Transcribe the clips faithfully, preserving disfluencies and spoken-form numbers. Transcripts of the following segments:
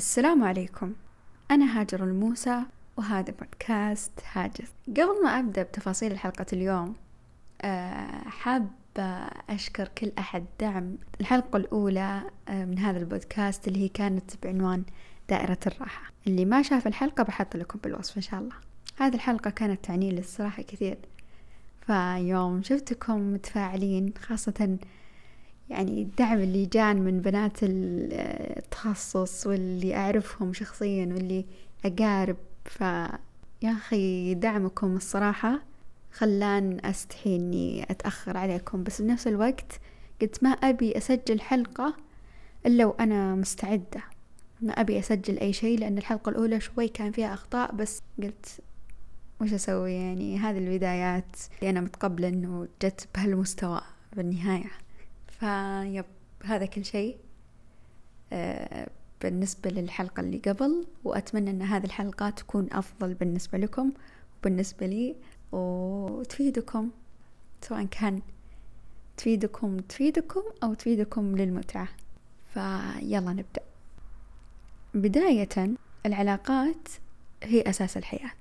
السلام عليكم. أنا هاجر الموسى وهذا بودكاست هاجس. قبل ما أبدأ بتفاصيل حلقة اليوم حابة أشكر كل أحد دعم الحلقة الأولى من هذا البودكاست اللي هي كانت بعنوان دائرة الراحة. اللي ما شاف الحلقة بحط لكم بالوصف إن شاء الله. هذه الحلقة كانت تعني لي الصراحة كثير، فيوم شفتكم متفاعلين خاصة يعني الدعم اللي جان من بنات التخصص واللي أعرفهم شخصيا واللي أقارب، فيا أخي دعمكم الصراحة خلان أستحي أني أتأخر عليكم، بس بنفس الوقت قلت ما أبي أسجل حلقة إلا وأنا مستعدة، ما أبي أسجل أي شيء لأن الحلقة الأولى شوي كان فيها أخطاء، بس قلت وش أسوي يعني هذه البدايات اللي أنا متقبلة أنه جت بهالمستوى بالنهاية. فيب هذا كل شيء آه بالنسبة للحلقة اللي قبل، وأتمنى أن هذه الحلقة تكون أفضل بالنسبة لكم وبالنسبة لي وتفيدكم، سواء كان تفيدكم تفيدكم أو تفيدكم للمتعة. فيلا نبدأ. بداية العلاقات هي أساس الحياة،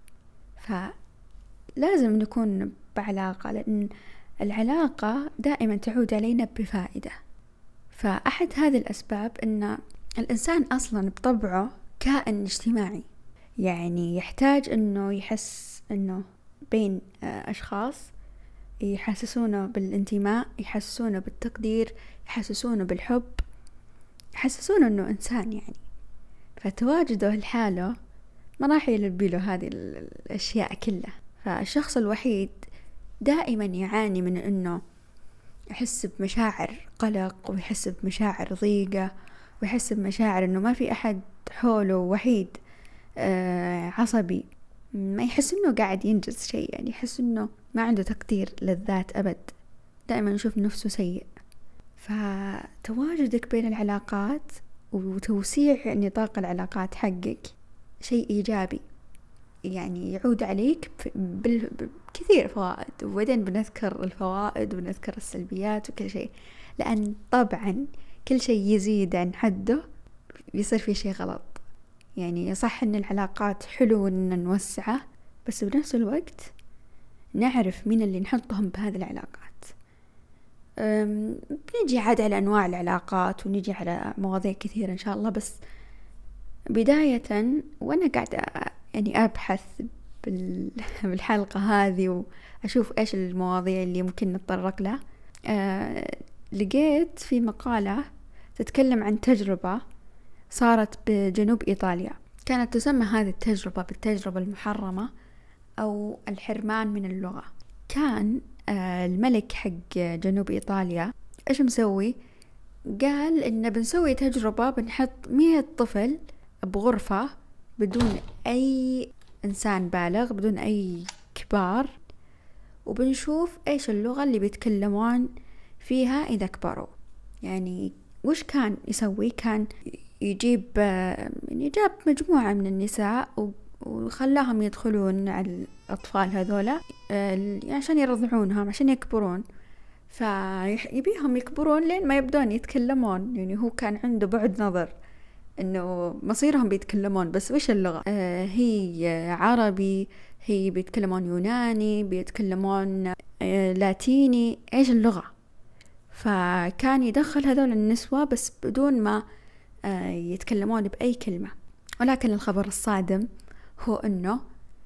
فلازم نكون بعلاقة لأن العلاقة دائما تعود علينا بفائدة. فأحد هذه الأسباب أن الإنسان أصلا بطبعه كائن اجتماعي، يعني يحتاج أنه يحس أنه بين أشخاص يحسسونه بالانتماء، يحسسونه بالتقدير، يحسسونه بالحب، يحسسونه أنه إنسان يعني. فتواجده لحاله ما راح يلبي له هذه الأشياء كلها. فالشخص الوحيد دائما يعاني من أنه يحس بمشاعر قلق، ويحس بمشاعر ضيقة، ويحس بمشاعر أنه ما في أحد حوله، وحيد آه عصبي، ما يحس أنه قاعد ينجز شيء، يعني يحس أنه ما عنده تقدير للذات أبد، دائما يشوف نفسه سيء. فتواجدك بين العلاقات وتوسيع نطاق العلاقات حقك شيء إيجابي، يعني يعود عليك بكثير فوائد، وبعدين بنذكر الفوائد ونذكر السلبيات وكل شيء، لأن طبعا كل شيء يزيد عن حده بيصير فيه شيء غلط. يعني صح أن العلاقات حلو أن نوسعه، بس بنفس الوقت نعرف مين اللي نحطهم بهذه العلاقات. بنجي عاد على أنواع العلاقات ونجي على مواضيع كثيرة إن شاء الله، بس بداية وأنا قاعدة يعني أبحث بالحلقة هذه وأشوف إيش المواضيع اللي ممكن نتطرق لها، أه لقيت في مقالة تتكلم عن تجربة صارت بجنوب إيطاليا. كانت تسمى هذه التجربة بالتجربة المحرمة أو الحرمان من اللغة. كان أه الملك حق جنوب إيطاليا إيش مسوي؟ قال إن بنسوي تجربة، بنحط مية طفل بغرفة بدون أي إنسان بالغ، بدون أي كبار، وبنشوف إيش اللغة اللي بيتكلمون فيها إذا كبروا. يعني وش كان يسوي؟ كان يجيب يعني جاب مجموعة من النساء وخلاهم يدخلون على الأطفال هذولا عشان يرضعونهم عشان يكبرون، فيبيهم يكبرون لين ما يبدون يتكلمون. يعني هو كان عنده بعد نظر إنه مصيرهم بيتكلمون، بس وش اللغة؟ آه هي عربي، هي بيتكلمون يوناني، بيتكلمون آه لاتيني، إيش اللغة؟ فكان يدخل هذول النسوة بس بدون ما آه يتكلمون بأي كلمة. ولكن الخبر الصادم هو إنه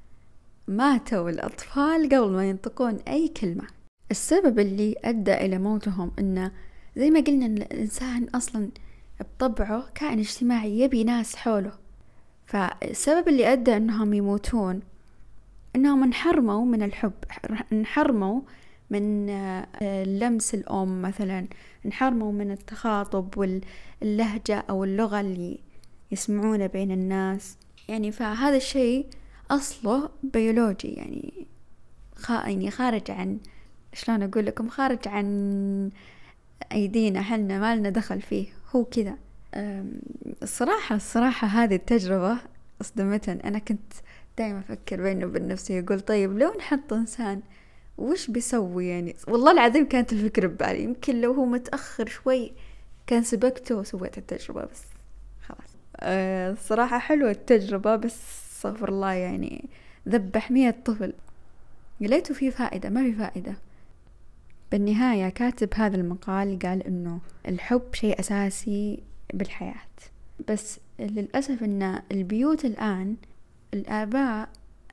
ماتوا الأطفال قبل ما ينطقون أي كلمة. السبب اللي أدى إلى موتهم إنه زي ما قلنا إن الإنسان أصلاً بطبعه كائن اجتماعي يبي ناس حوله. فالسبب اللي أدى أنهم يموتون أنهم انحرموا من الحب، انحرموا من لمس الأم مثلا، انحرموا من التخاطب واللهجة أو اللغة اللي يسمعونه بين الناس. يعني فهذا الشيء أصله بيولوجي، يعني يعني خارج عن شلون أقول لكم، خارج عن أيدينا، حنا ما لنا دخل فيه، هو كذا. الصراحة الصراحة هذه التجربة أصدمتني. أنا كنت دائما أفكر بيني وبين نفسي، يقول طيب لو نحط إنسان وش بيسوي؟ يعني والله العظيم كانت الفكرة ببالي، يمكن لو هو متأخر شوي كان سبقته وسويت التجربة، بس خلاص أه الصراحة حلوة التجربة، بس استغفر الله يعني ذبح مية طفل. لقيته فيه فائدة؟ ما في فائدة. بالنهاية كاتب هذا المقال قال إنه الحب شيء أساسي بالحياة، بس للأسف إن البيوت الآن الآباء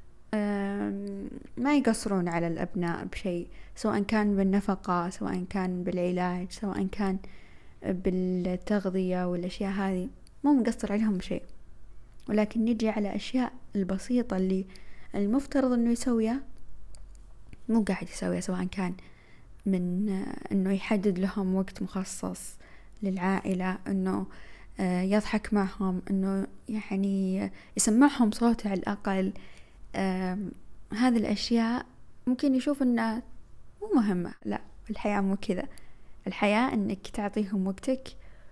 ما يقصرون على الأبناء بشيء، سواء كان بالنفقة، سواء كان بالعلاج، سواء كان بالتغذية والأشياء هذه، مو مقصر عليهم بشيء. ولكن نجي على أشياء البسيطة اللي المفترض إنه يسويها مو قاعد يسويها، سواء كان من إنه يحدد لهم وقت مخصص للعائلة، إنه يضحك معهم، إنه يعني يسمعهم صوته على الأقل. هذه الأشياء ممكن يشوف إنها مو مهمة. لا، الحياة مو كذا. الحياة إنك تعطيهم وقتك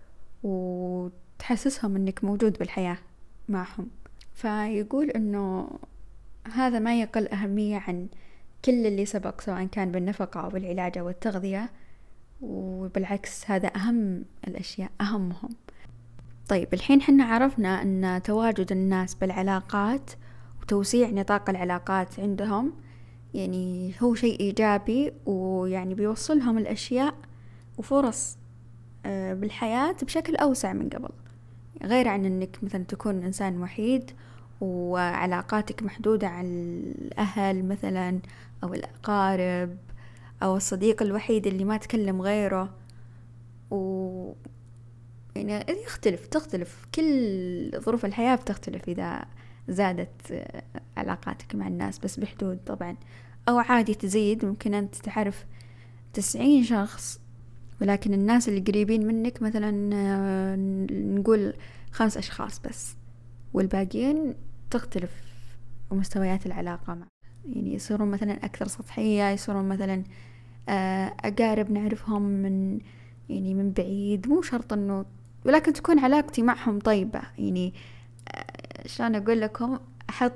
وتحسسهم إنك موجود بالحياة معهم. فيقول إنه هذا ما يقل أهمية عن كل اللي سبق، سواء كان بالنفقة أو بالعلاج أو التغذية، وبالعكس هذا أهم الأشياء، أهمهم. طيب الحين حنا عرفنا أن تواجد الناس بالعلاقات وتوسيع نطاق العلاقات عندهم يعني هو شيء إيجابي، ويعني بيوصلهم الأشياء وفرص بالحياة بشكل أوسع من قبل، غير عن أنك مثلا تكون إنسان وحيد وعلاقاتك محدودة عن الأهل مثلا أو الأقارب أو الصديق الوحيد اللي ما تكلم غيره. و يعني يختلف تختلف كل ظروف الحياة بتختلف إذا زادت علاقاتك مع الناس، بس بحدود طبعا، أو عادي تزيد. ممكن أنت تعرف تسعين شخص، ولكن الناس اللي قريبين منك مثلا نقول خمس أشخاص بس، والباقيين تختلف مستويات العلاقة مع، يعني يصيرون مثلا أكثر سطحية، يصيرون مثلا أقارب نعرفهم من يعني من بعيد، مو شرط أنه، ولكن تكون علاقتي معهم طيبة. يعني شلون أقول لكم، أحط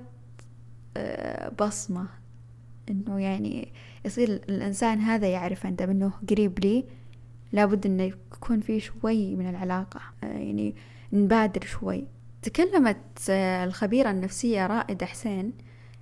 بصمة إنه يعني يصير الإنسان هذا يعرف عنده منه قريب لي، لابد إنه يكون فيه شوي من العلاقة، يعني نبادر شوي. تكلمت الخبيرة النفسية رائدة حسين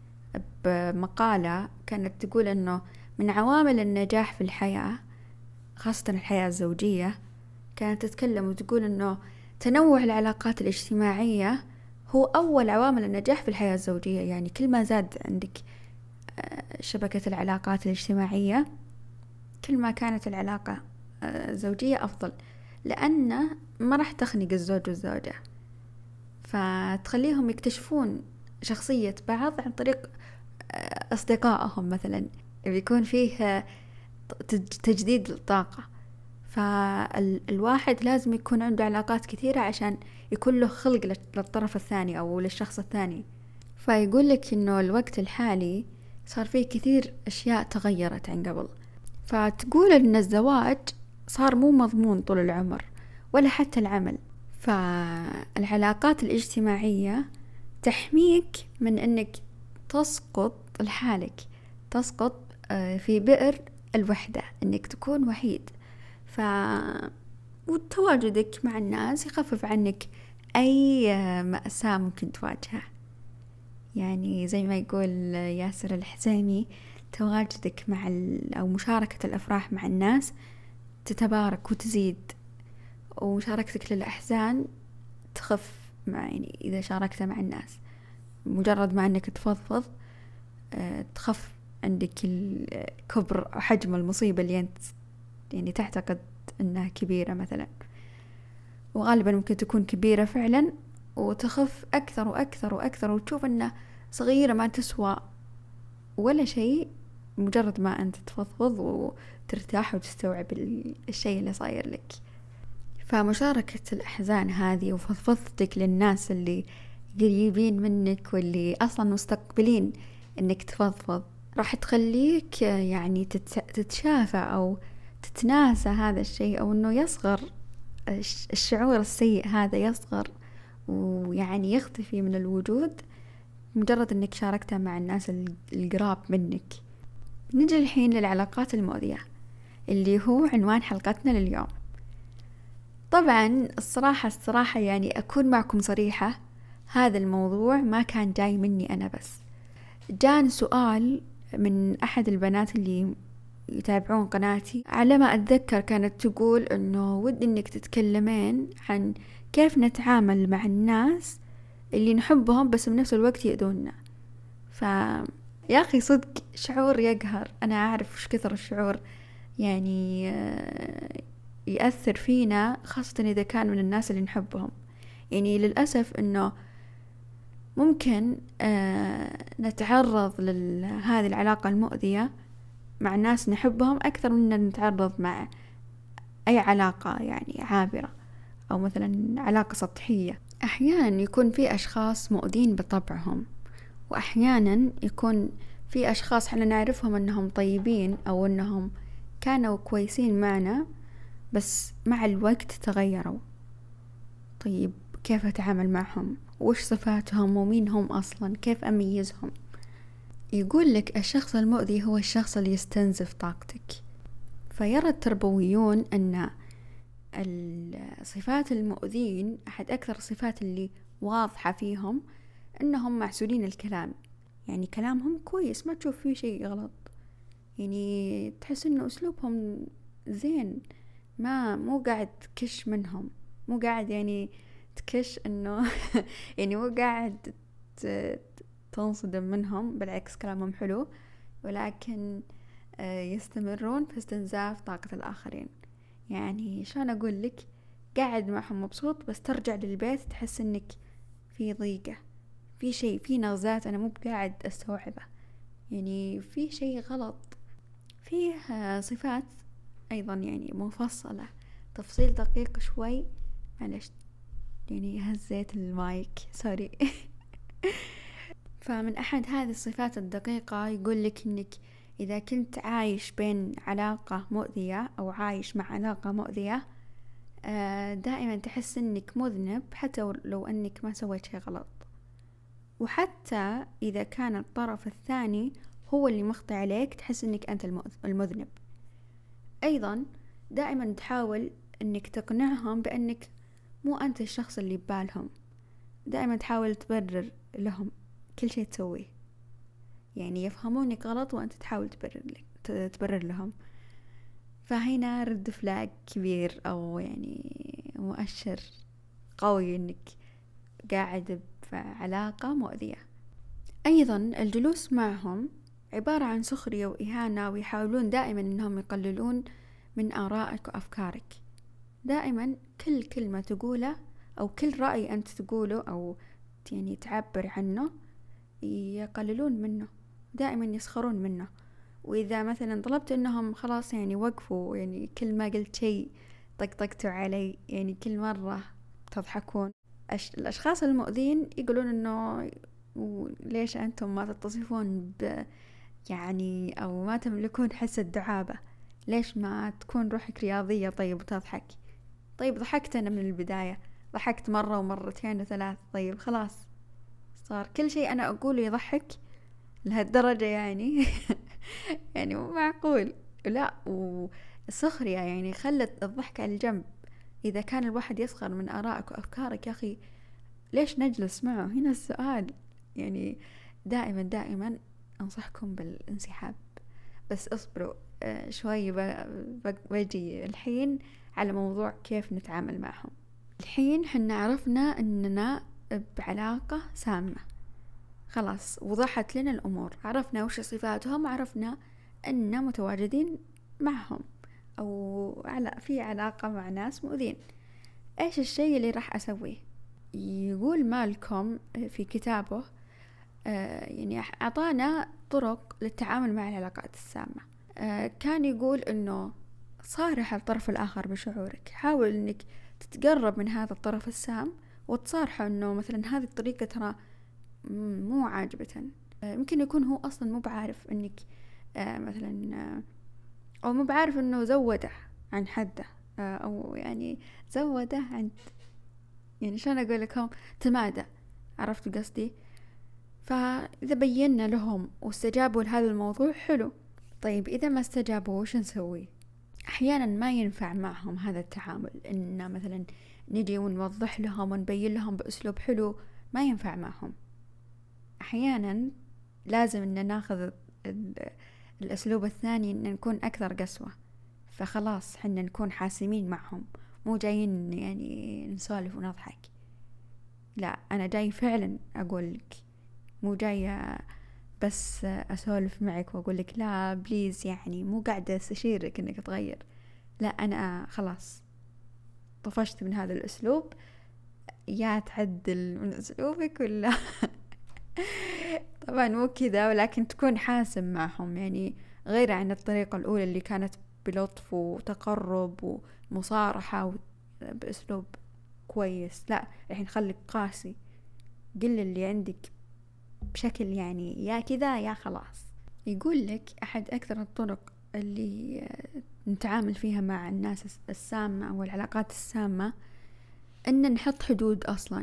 بمقالة كانت تقول إنه من عوامل النجاح في الحياة، خاصة الحياة الزوجية، كانت تتكلم وتقول إنه تنوع العلاقات الاجتماعية هو أول عوامل النجاح في الحياة الزوجية. يعني كل ما زاد عندك شبكة العلاقات الاجتماعية، كل ما كانت العلاقة زوجية أفضل، لأن ما راح تخنق الزوج والزوجة، فتخليهم يكتشفون شخصية بعض عن طريق أصدقائهم مثلا، بيكون فيه تجديد الطاقة. فالواحد لازم يكون عنده علاقات كثيرة عشان يكون له خلق للطرف الثاني أو للشخص الثاني. فيقول لك إنه الوقت الحالي صار فيه كثير أشياء تغيرت عن قبل، فتقول إن الزواج صار مو مضمون طول العمر ولا حتى العمل. فالعلاقات الاجتماعية تحميك من إنك تسقط لحالك، تسقط في بئر الوحدة، إنك تكون وحيد. ف وتواجدك مع الناس يخفف عنك أي مأساة ممكن تواجهها. يعني زي ما يقول ياسر الحزيمي، تواجدك مع ال... أو مشاركة الأفراح مع الناس تتبارك وتزيد، ومشاركتك للأحزان تخف مع يعني إذا شاركت مع الناس. مجرد ما أنك تفضفض تخف عندك الكبر وحجم المصيبة اللي أنت يعني تعتقد أنها كبيرة مثلا، وغالبا ممكن تكون كبيرة فعلا، وتخف أكثر وأكثر وأكثر، وتشوف أنها صغيرة ما تسوى ولا شيء، مجرد ما أنت تفضفض وترتاح وتستوعب الشيء اللي صاير لك. فمشاركة الأحزان هذه وفضفضتك للناس اللي قريبين منك واللي أصلا مستقبلين أنك تفضفض راح تخليك يعني تتشافى أو تتناسى هذا الشيء، أو أنه يصغر الشعور السيء هذا، يصغر ويعني يختفي من الوجود مجرد أنك شاركتها مع الناس القراب منك. نجي الحين للعلاقات المؤذية اللي هو عنوان حلقتنا لليوم. طبعا الصراحة الصراحة يعني أكون معكم صريحة، هذا الموضوع ما كان جاي مني أنا بس. جان سؤال من أحد البنات اللي يتابعون قناتي، على ما أتذكر كانت تقول إنه ودي إنك تتكلمين عن كيف نتعامل مع الناس اللي نحبهم بس بنفس الوقت يأذونا. ف يا أخي صدق شعور يقهر، أنا أعرف وش كثر الشعور يعني يأثر فينا، خاصة إذا كان من الناس اللي نحبهم. يعني للأسف إنه ممكن آه نتعرض لهذه العلاقة المؤذية مع ناس نحبهم أكثر من أن نتعرض مع أي علاقة يعني عابرة، أو مثلا علاقة سطحية. أحيانا يكون في أشخاص مؤذين بطبعهم، وأحيانا يكون في أشخاص احنا نعرفهم أنهم طيبين أو أنهم كانوا كويسين معنا، بس مع الوقت تغيروا. طيب كيف أتعامل معهم؟ وش صفاتهم؟ ومين هم أصلا؟ كيف أميزهم؟ يقول لك الشخص المؤذي هو الشخص اللي يستنزف طاقتك. فيرى التربويون أن الصفات المؤذين أحد أكثر الصفات اللي واضحة فيهم أنهم معسولين الكلام، يعني كلامهم كويس، ما تشوف فيه شيء غلط، يعني تحس أنه أسلوبهم زين، ما مو قاعد تكش منهم، مو قاعد يعني تكش أنه يعني مو قاعد تنصدم منهم، بالعكس كلامهم حلو، ولكن يستمرون في استنزاف طاقة الآخرين. يعني شلون أقول لك، قاعد معهم مبسوط، بس ترجع للبيت تحس إنك في ضيقة، في شيء، في نغزات أنا مو قاعد أستوعبه، يعني في شيء غلط. فيه صفات أيضا يعني مفصلة، تفصيل دقيق شوي، معلش يعني هزيت المايك سوري. فمن أحد هذه الصفات الدقيقة يقول لك إنك إذا كنت عايش بين علاقة مؤذية أو عايش مع علاقة مؤذية، دائما تحس إنك مذنب حتى لو أنك ما سويت شيء غلط، وحتى إذا كان الطرف الثاني هو اللي مخطئ عليك تحس إنك أنت المذنب. أيضا دائما تحاول إنك تقنعهم بأنك مو أنت الشخص اللي ببالهم، دائما تحاول تبرر لهم كل شيء تسويه، يعني يفهمونك غلط وأنت تحاول تبرر لك تبرر لهم. فهنا رد فلاج كبير، أو يعني مؤشر قوي إنك قاعد بعلاقة مؤذية. أيضا الجلوس معهم عبارة عن سخرية وإهانة، ويحاولون دائما إنهم يقللون من آرائك وأفكارك. دائما كل كلمة تقوله أو كل رأي أنت تقوله أو يعني تعبر عنه يقللون منه، دائما يسخرون منه. وإذا مثلا طلبت إنهم خلاص يعني وقفوا، يعني كل ما قلت شيء طقطقتوا علي، يعني كل مرة تضحكون. أش... الأشخاص المؤذين يقولون إنه ليش أنتم ما تتصفون ب يعني أو ما تملكون حس الدعابة؟ ليش ما تكون روحك رياضية طيب وتضحك؟ طيب ضحكت أنا من البداية، ضحكت مرة ومرتين وثلاث، طيب خلاص صار كل شيء أنا أقوله يضحك لهالدرجة يعني؟ يعني مو معقول. لا، والسخرية يعني خلت الضحك على الجنب. إذا كان الواحد يسخر من آرائك وأفكارك، يا أخي ليش نجلس معه؟ هنا السؤال. يعني دائما دائما أنصحكم بالانسحاب. بس اصبروا آه شوي، بجي الحين على موضوع كيف نتعامل معهم. الحين حنا عرفنا أننا بعلاقة سامة، خلاص وضحت لنا الأمور، عرفنا وش صفاتهم، عرفنا أننا متواجدين معهم أو على في علاقة مع ناس مؤذين. إيش الشيء اللي راح أسويه؟ يقول مالكوم في كتابه آه يعني أعطانا طرق للتعامل مع العلاقات السامة. آه كان يقول إنه صارح الطرف الآخر بشعورك، حاول إنك تتقرب من هذا الطرف السام وتصارحه إنه مثلا هذه الطريقة ترى مو عاجبة. يمكن يكون هو أصلا مو بعارف إنك آه مثلا آه أو مو بعارف إنه زوده عن حده، آه أو يعني زوده عن يعني شلون أقول لكم تمادى، عرفتوا قصدي؟ فإذا بينا لهم واستجابوا لهذا الموضوع حلو. طيب إذا ما استجابوا وش نسوي؟ أحيانا ما ينفع معهم هذا التعامل، إن مثلا نجي ونوضح لهم ونبين لهم بأسلوب حلو، ما ينفع معهم. أحيانا لازم إن ناخذ الأسلوب الثاني، إن نكون أكثر قسوة. فخلاص حنا نكون حاسمين معهم، مو جايين يعني نسولف ونضحك. لا، أنا جاي فعلا أقول لك، مو جاية بس أسولف معك وأقول لك لا بليز، يعني مو قاعدة أستشيرك إنك تغير. لا، أنا خلاص طفشت من هذا الأسلوب، يا تعدل من أسلوبك ولا طبعا مو كذا، ولكن تكون حاسم معهم، يعني غير عن الطريقة الأولى اللي كانت بلطف وتقرب ومصارحة بأسلوب كويس. لا، الحين خليك قاسي، قل اللي عندك بشكل يعني يا كذا يا خلاص. يقول لك أحد أكثر الطرق اللي نتعامل فيها مع الناس السامة أو العلاقات السامة أن نحط حدود أصلا.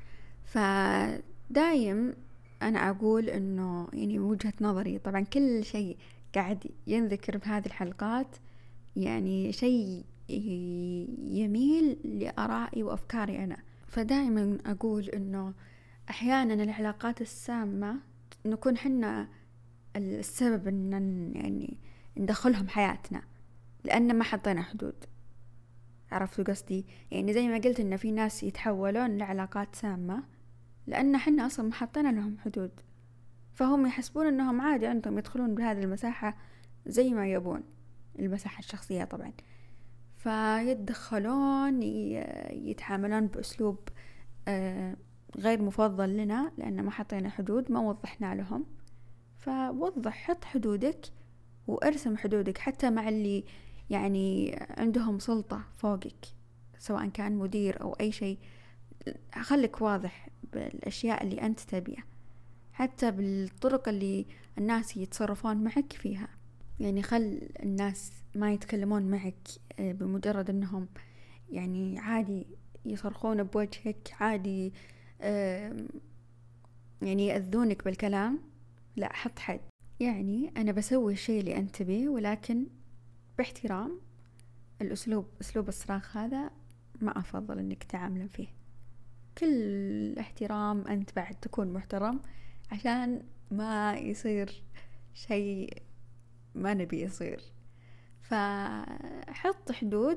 فدايم أنا أقول أنه يعني وجهة نظري، طبعا كل شيء قاعد ينذكر بهذه الحلقات يعني شيء يميل لآرائي وأفكاري أنا. فدائما أقول أنه أحيانا العلاقات السامة نكون حنا السبب أن يعني ندخلهم حياتنا لأن ما حطينا حدود. عرفتوا قصدي؟ يعني زي ما قلت إن في ناس يتحولون لعلاقات سامة لأن حنا أصلا ما حطينا لهم حدود، فهم يحسبون أنهم عادي عندهم يدخلون بهذه المساحة زي ما يبون، المساحة الشخصية طبعا. فيتدخلون يتعاملون بأسلوب غير مفضل لنا لأن ما حطينا حدود، ما وضحنا لهم. فوضح، حط حدودك وارسم حدودك حتى مع اللي يعني عندهم سلطة فوقك، سواء كان مدير أو أي شيء. خليك واضح بالأشياء اللي أنت تبيها، حتى بالطرق اللي الناس يتصرفون معك فيها. يعني خل الناس ما يتكلمون معك بمجرد أنهم يعني عادي يصرخون بوجهك، عادي يعني يأذونك بالكلام. لا، حط حد. يعني أنا بسوي الشيء اللي أنت تبيه ولكن باحترام. الأسلوب أسلوب الصراخ هذا ما أفضل أنك تعامل فيه. كل احترام، أنت بعد تكون محترم عشان ما يصير شيء ما نبي يصير. فحط حدود،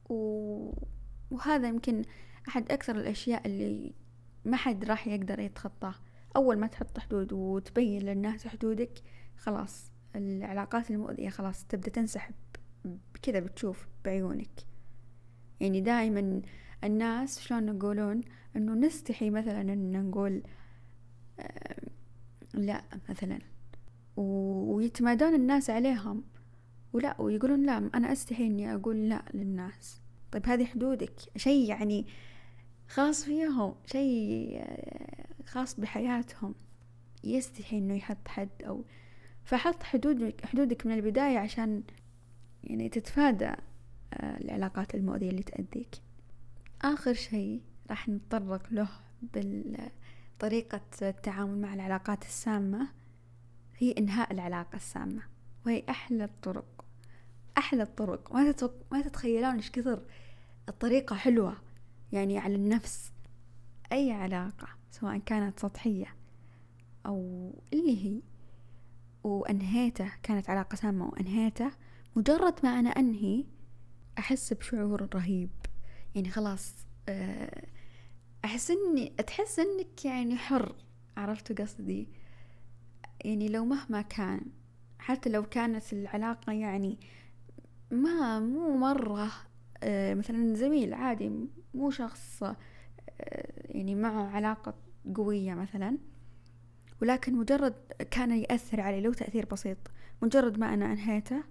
وهذا يمكن أحد أكثر الأشياء اللي ما حد راح يقدر يتخطاه. أول ما تحط حدود وتبين للناس حدودك، خلاص العلاقات المؤذية خلاص تبدأ تنسحب كذا، بتشوف بعيونك. يعني دائما الناس شلون يقولون أنه نستحي مثلا أن نقول آه لا مثلا، ويتمادون الناس عليهم، ولا ويقولون لا أنا أستحي أني أقول لا للناس. طيب هذه حدودك، شيء يعني خاص فيهم، شيء خاص بحياتهم، يستحي أنه يحط حد. أو فحط حدودك حدودك من البداية عشان يعني تتفادى العلاقات المؤذية اللي تأذيك. آخر شيء راح نتطرق له بالطريقة التعامل مع العلاقات السامة هي إنهاء العلاقة السامة، وهي أحلى الطرق. أحلى الطرق ما تتوق... ما تتخيلون إيش كثر الطريقة حلوة يعني على النفس. أي علاقة سواء كانت سطحية أو اللي هي وأنهيته، كانت علاقة سامة وأنهيته، مجرد ما أنا أنهي أحس بشعور رهيب. يعني خلاص أحس إني تحس إنك يعني حر. عرفت قصدي؟ يعني لو مهما كان، حتى لو كانت العلاقة يعني ما مو مرة مثلا زميل عادي، مو شخص يعني معه علاقة قوية مثلا، ولكن مجرد كان يأثر علي لو تأثير بسيط، مجرد ما أنا أنهيته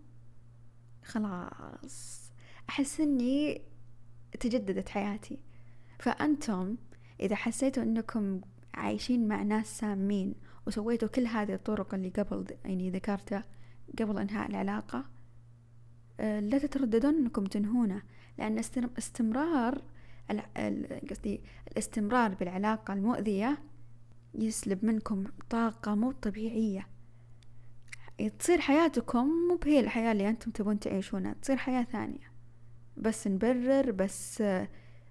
خلاص أحس إني تجددت حياتي. فأنتم إذا حسيتوا أنكم عايشين مع ناس سامين وسويتوا كل هذه الطرق اللي قبل يعني ذكرتها قبل إنهاء العلاقة، لا تترددون أنكم تنهونه، لأن استمرار قصدي الاستمرار بالعلاقة المؤذية يسلب منكم طاقة مو طبيعية. تصير حياتكم مو بهي الحياة اللي أنتم تبون تعيشونها، تصير حياة ثانية، بس نبرر، بس آه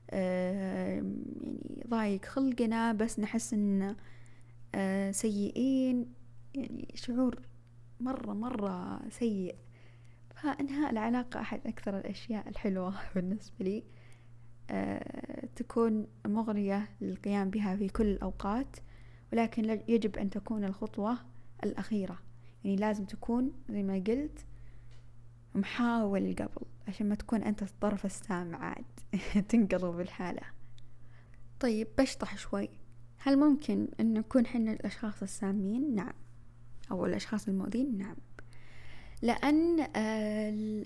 يعني ضايق خلقنا، بس نحس إن آه سيئين، يعني شعور مرة مرة سيء. فإنهاء العلاقة أحد أكثر الأشياء الحلوة بالنسبة لي، أه تكون مغرية للقيام بها في كل الأوقات، ولكن يجب أن تكون الخطوة الأخيرة، يعني لازم تكون زي ما قلت محاول قبل، عشان ما تكون أنت الطرف السام عاد تنقلب الحالة. طيب بشطح شوي، هل ممكن أن نكون حنا الأشخاص السامين؟ نعم. أو الأشخاص المؤذين؟ نعم. لأن آه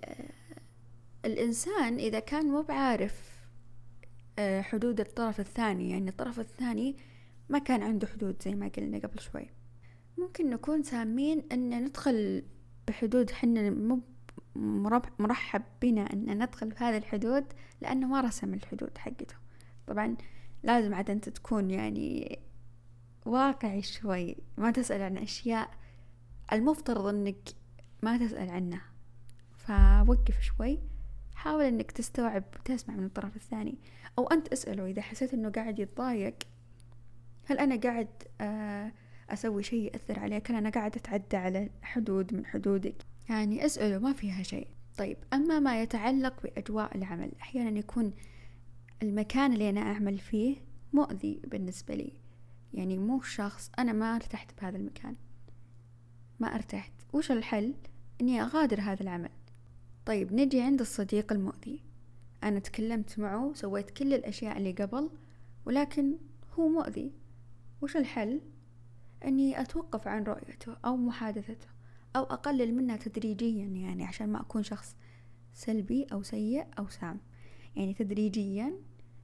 الإنسان إذا كان مو بعارف آه حدود الطرف الثاني، يعني الطرف الثاني ما كان عنده حدود زي ما قلنا قبل شوي، ممكن نكون سامين أن ندخل بحدود حنا مو مرحب بنا أن ندخل في هذه الحدود، لأنه ما رسم الحدود حقته. طبعا لازم عاد أنت تكون يعني واقعي شوي، ما تسأل عن أشياء المفترض أنك ما تسأل عنها، فوقف شوي، حاول أنك تستوعب وتسمع من الطرف الثاني، أو أنت اسأله إذا حسيت أنه قاعد يتضايق، هل أنا قاعد أسوي شيء يأثر عليك؟ هل أنا قاعد أتعدى على حدود من حدودك؟ يعني اسأله، ما فيها شيء. طيب أما ما يتعلق بأجواء العمل، أحيانا يكون المكان اللي أنا أعمل فيه مؤذي بالنسبة لي، يعني مو شخص أنا ما ارتحت بهذا المكان، ما ارتحت، وش الحل؟ إني أغادر هذا العمل. طيب نجي عند الصديق المؤذي، أنا تكلمت معه، سويت كل الأشياء اللي قبل، ولكن هو مؤذي، وش الحل؟ أني أتوقف عن رؤيته أو محادثته، أو أقلل منها تدريجيا، يعني عشان ما أكون شخص سلبي أو سيء أو سام، يعني تدريجيا.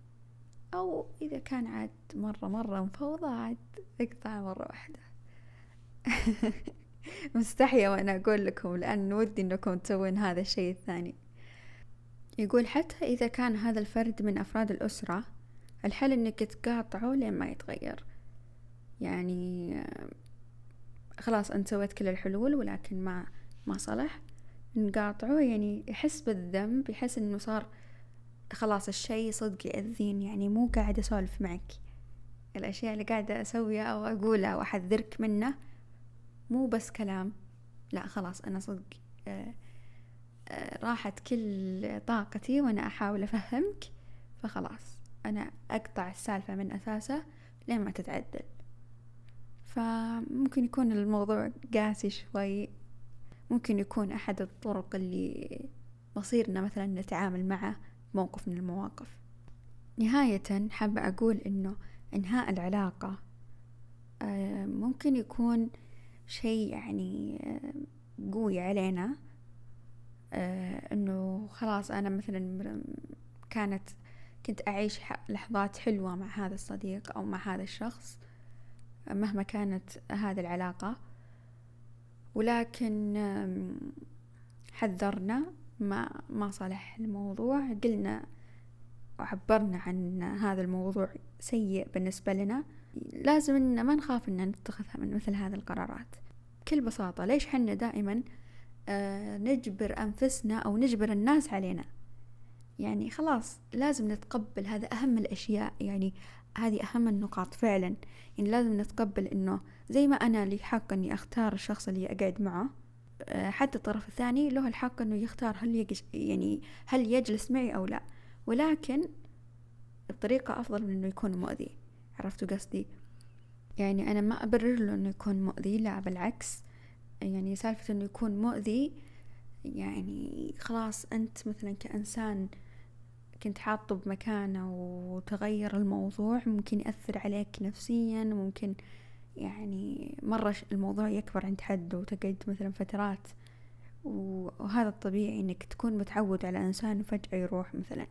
أو إذا كان عاد مرة مرة مفوضة، عاد اقطع مرة واحدة. مستحية وأنا أقول لكم، لأن ودي أنكم تسوين هذا الشيء الثاني. يقول حتى إذا كان هذا الفرد من أفراد الأسرة، الحل أنك تقاطعه لين ما يتغير. يعني خلاص أنت سويت كل الحلول ولكن ما ما صلح، نقاطعه، يعني يحس بالذنب، يحس أنه صار خلاص الشيء صدق يأذين، يعني مو قاعد أسولف معك، الأشياء اللي قاعدة أسويها أو أقولها وأحذرك منه مو بس كلام، لا خلاص أنا صدق آه آه راحت كل طاقتي وأنا أحاول أفهمك، فخلاص أنا أقطع السالفة من أساسه لين ما تتعدل. فممكن يكون الموضوع قاسي شوي، ممكن يكون أحد الطرق اللي مصيرنا مثلا نتعامل معه موقف من المواقف. نهاية حابة أقول إنه إنهاء العلاقة آه ممكن يكون شيء يعني آه قوي علينا، آه إنه خلاص أنا مثلا كانت كنت أعيش لحظات حلوة مع هذا الصديق أو مع هذا الشخص مهما كانت هذه العلاقة، ولكن حذرنا ما ما صلح الموضوع، قلنا وعبرنا عن هذا الموضوع سيء بالنسبة لنا، لازم إن ما نخاف إن نتخذها من مثل هذه القرارات بكل بساطة. ليش حنا دائما آه نجبر أنفسنا أو نجبر الناس علينا؟ يعني خلاص لازم نتقبل، هذا أهم الأشياء، يعني هذه أهم النقاط فعلا. يعني لازم نتقبل إنه زي ما أنا لي حق إني أختار الشخص اللي أقعد معه، حتى الطرف الثاني له الحق إنه يختار هل يجلس يعني هل يجلس معي أو لا، ولكن الطريقة أفضل من إنه يكون مؤذي. عرفتوا قصدي؟ يعني أنا ما أبرر له إنه يكون مؤذي، لا بالعكس، يعني سالفة إنه يكون مؤذي يعني خلاص أنت مثلا كإنسان كنت حاطه بمكانه وتغير الموضوع، ممكن يأثر عليك نفسيا، ممكن يعني مرة الموضوع يكبر عند حد وتقعد مثلا فترات، وهذا الطبيعي انك تكون متعود على انسان وفجأة يروح مثلا.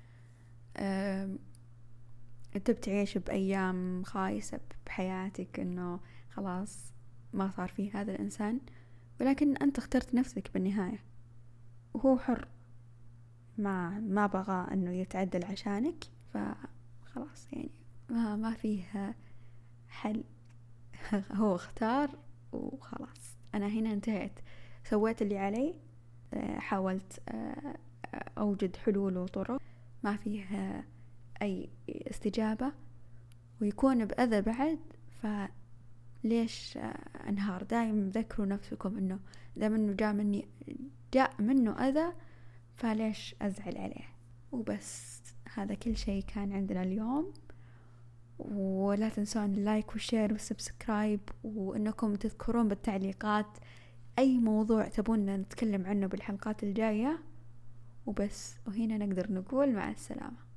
انت بتعيش بأيام خايسة بحياتك انه خلاص ما صار فيه هذا الانسان، ولكن انت اخترت نفسك بالنهاية، وهو حر، ما ما بغى انه يتعدل عشانك، فخلاص يعني ما ما فيه حل. هو اختار وخلاص. أنا هنا انتهيت، سويت اللي علي، حاولت أوجد حلول وطرق، ما فيها أي استجابة ويكون بأذى بعد، فليش أنهار؟ دايم ذكروا نفسكم إنه دام إنه جاء مني جاء منه أذى فليش أزعل عليه. وبس، هذا كل شيء كان عندنا اليوم. ولا تنسون اللايك والشير والسبسكرايب، وإنكم تذكرون بالتعليقات أي موضوع تبون نتكلم عنه بالحلقات الجاية. وبس، وهنا نقدر نقول مع السلامة.